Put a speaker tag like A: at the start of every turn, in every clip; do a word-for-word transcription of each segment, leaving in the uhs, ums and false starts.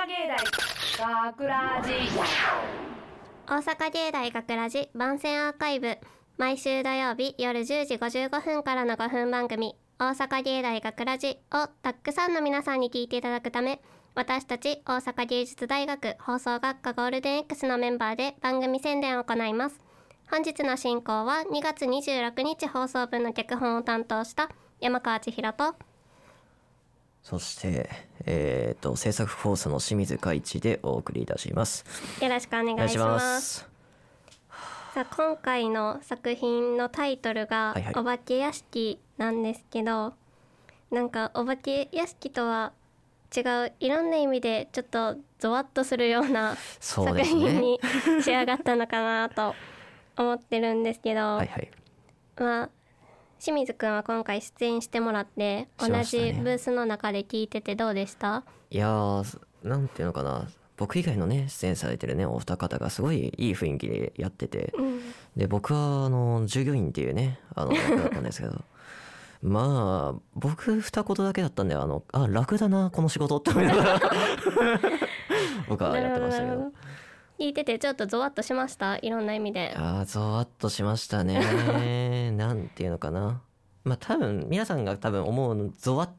A: 阪芸大学ラジ
B: 大阪芸大学ラジ番宣アーカイブ、毎週土曜日夜じゅうじごじゅうごふんからのごふん番組大阪芸大学ラジをたくさんの皆さんに聞いていただくため、私たち大阪芸術大学放送学科ゴールデン X のメンバーで番組宣伝を行います。本日の進行はにがつにじゅうろくにち放送分の脚本を担当した山川千尋と、
C: そしてえー、と制作フォースの清水海一でお送りいたします。
B: よろしくお願いしますさあ、今回の作品のタイトルが
C: はいはい
B: お化け屋敷なんですけど、なんかお化け屋敷とは違ういろんな意味でちょっとゾワッとするような作
C: そうですね
B: 品に仕上がったのかなと思ってるんですけど、
C: はいはい、
B: まあ清水くんは今回出演してもらって同
C: しましたね
B: じブースの中で聞いててどうでした？
C: いやーなんていうのかな、僕以外のね出演されてるねお二方がすごいいい雰囲気でやってて、
B: うん
C: で僕はあの従業員っていうねあの役だったんですけどまあ僕二言だけだったんで、あのあ楽だなこの仕事って思いながら僕はやってましたけど、
B: 聞いててちょっとゾワッとしました？いろんな意味で。
C: あーゾワッとしましたねなんていうのかな、まあ多分皆さんが多分思うゾワって、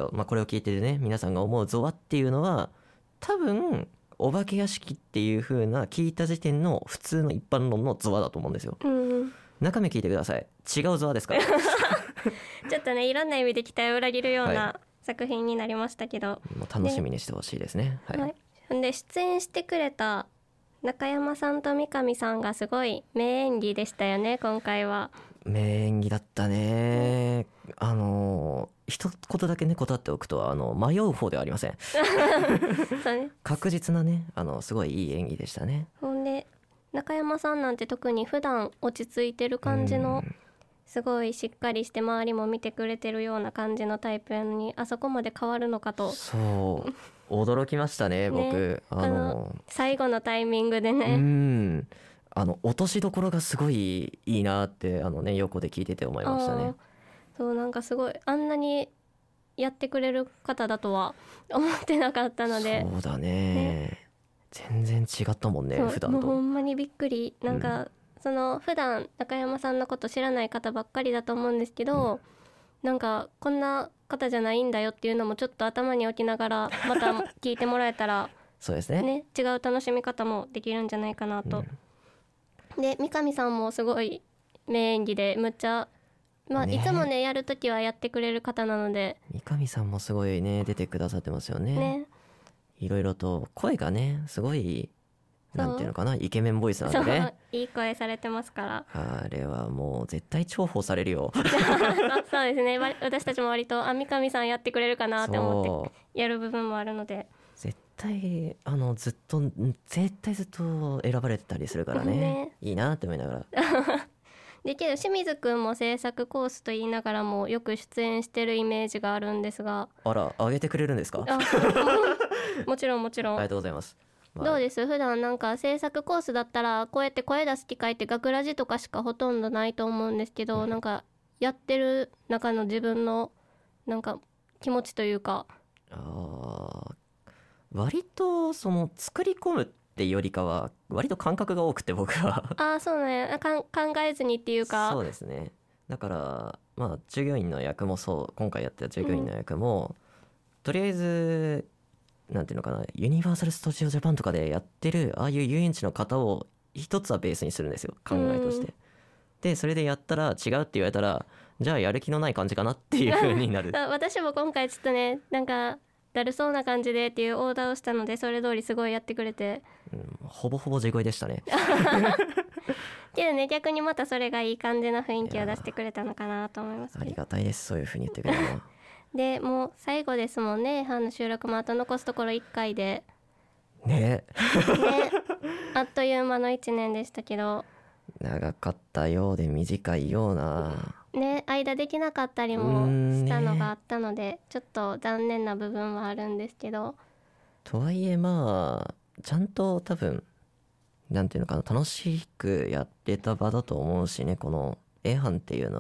C: まあ、これを聞いてるね皆さんが思うゾワっていうのは多分お化け屋敷っていう風な聞いた時点の普通の一般論のゾワだと思うんですよ。
B: うん
C: 中身聞いてください、違うゾワですから
B: ちょっとねいろんな意味で期待を裏切るよう
C: は
B: な作品になりましたけど、
C: もう楽しみにしてほしいですね。はい、
B: はい、ほんで出演してくれた中山さんと三上さんがすごい名演技でしたよね今回は。
C: 名演技だったね。あの一言だけね断っておくと、あの迷う方ではありません
B: そうね、
C: 確実なねあのすごいいい演技でしたね。
B: ほんで中山さんなんて特に普段落ち着いてる感じの
C: うん
B: すごいしっかりして周りも見てくれてるような感じのタイプやのに、あそこまで変わるのかと
C: そう驚きましたね僕
B: ね
C: あの
B: 最後のタイミングで
C: う
B: ね、
C: んあの落としどころがすごいいいなってあのね横で聞いてて思いましたね。
B: あーそうなんかすごいあんなにやってくれる方だとは思ってなかったので、
C: そうだね全然違ったもんね
B: そう
C: 普段
B: もうほ
C: と。
B: んまにびっくり。なんか、
C: う
B: その普段中山さんのこと知らない方ばっかりだと思うんですけど、なんかこんな方じゃないんだよっていうのもちょっと頭に置きながらまた聞いてもらえたら
C: そうですね
B: ね違う楽しみ方もできるんじゃないかなと、で三上さんもすごい名演技でむっちゃ、まあ
C: ね
B: いつもねやるときはやってくれる方なので
C: 三上さんもすごいね出てくださってますよね。
B: ね、
C: いろいろと声がねすごいなんていうのかなイケメンボイスなん
B: そう
C: でね
B: いい声されてますから
C: あれはもう絶対重宝されるよ
B: そうそうですね、わ私たちも割とあ三上さんやってくれるかなって思って
C: そう
B: やる部分もあるので
C: 絶対あのずっと絶対ずっと選ばれてたりするからね
B: ね
C: いいなって思いながら
B: でけど清水くんも制作コースと言いながらもよく出演してるイメージがあるんですが、
C: あら上げてくれるんですか？
B: あもちろんもちろん、
C: ありがとうございます、まあ
B: どうです普段なんか制作コースだったらこうやって声出す機会って学ラジとかしかほとんどないと思うんですけど、なんかやってる中の自分のなんか気持ちというか。
C: あー割とその作り込むっていうよりかは割と感覚が多くて僕は
B: ああそうね、かん考えずにっていうか
C: そうですね。だからまあ従業員の役もそう今回やった従業員の役も、とりあえずなんていうのかなユニバーサル・スタジオ・ジャパンとかでやってるああいう遊園地の方を一つはベースにするんですよ考えとして、
B: うん
C: でそれでやったら違うって言われたらじゃあやる気のない感じかなっていう風になる
B: あ私も今回ちょっとねなんかだるそうな感じでっていうオーダーをしたのでそれ通りすごいやってくれて、
C: うんほぼほぼ地声でしたね
B: けどね逆にまたそれがいい感じの雰囲気を出してくれたのかなと思います
C: あり
B: けど、
C: がたいです、そういう風に言ってくれるのは
B: でもう最後ですもんね、班の収録もあと残すところいっかいで
C: ね
B: ねあっという間のいちねんでしたけど
C: 長かったようで短いような
B: ね間できなかったりもしたのがあったのでちょっと残念な部分はあるんですけど、
C: とはいえまあちゃんと多分なんていうのかな楽しくやってた場だと思うしね、この A 班っていうのは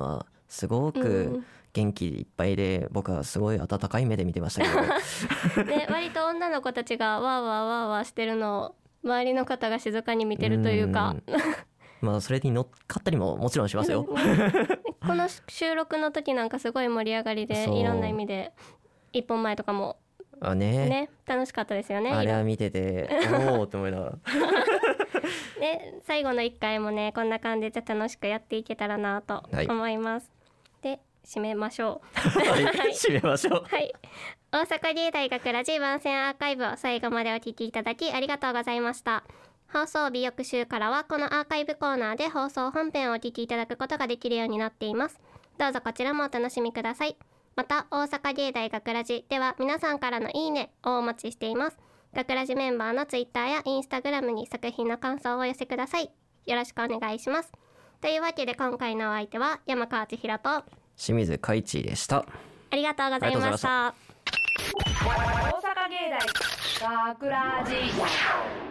C: すご
B: う
C: く
B: ん
C: 元気いっぱいで、僕はすごい温かい目で見てましたけど
B: で割と女の子たちがわーわーわーわーしてるのを周りの方が静かに見てるというか、
C: うんまあそれに乗っかったりももちろんしますよ
B: この収録の時なんかすごい盛り上がりで、
C: そう
B: いろんな意味で一本前とかも
C: あね
B: ね楽しかったですよね。
C: あれは見てておおって思いながら
B: で最後のいっかいもねこんな感じで楽しくやっていけたらなと思います、はい、で締めましょう
C: はい締めましょう。
B: はい、大阪芸大学ラジ番宣アーカイブを最後までお聞きいただきありがとうございました。放送日翌週からはこのアーカイブコーナーで放送本編をお聞きいただくことができるようになっています。どうぞこちらもお楽しみください。また大阪芸大学ラジでは皆さんからのいいねをお待ちしています。学ラジメンバーのツイッターやインスタグラムに作品の感想をお寄せください。よろしくお願いします。というわけで今回のお相手は山川千尋と
C: 清水海地でした。
B: ありがとうございました。
A: 大阪芸大学ラジ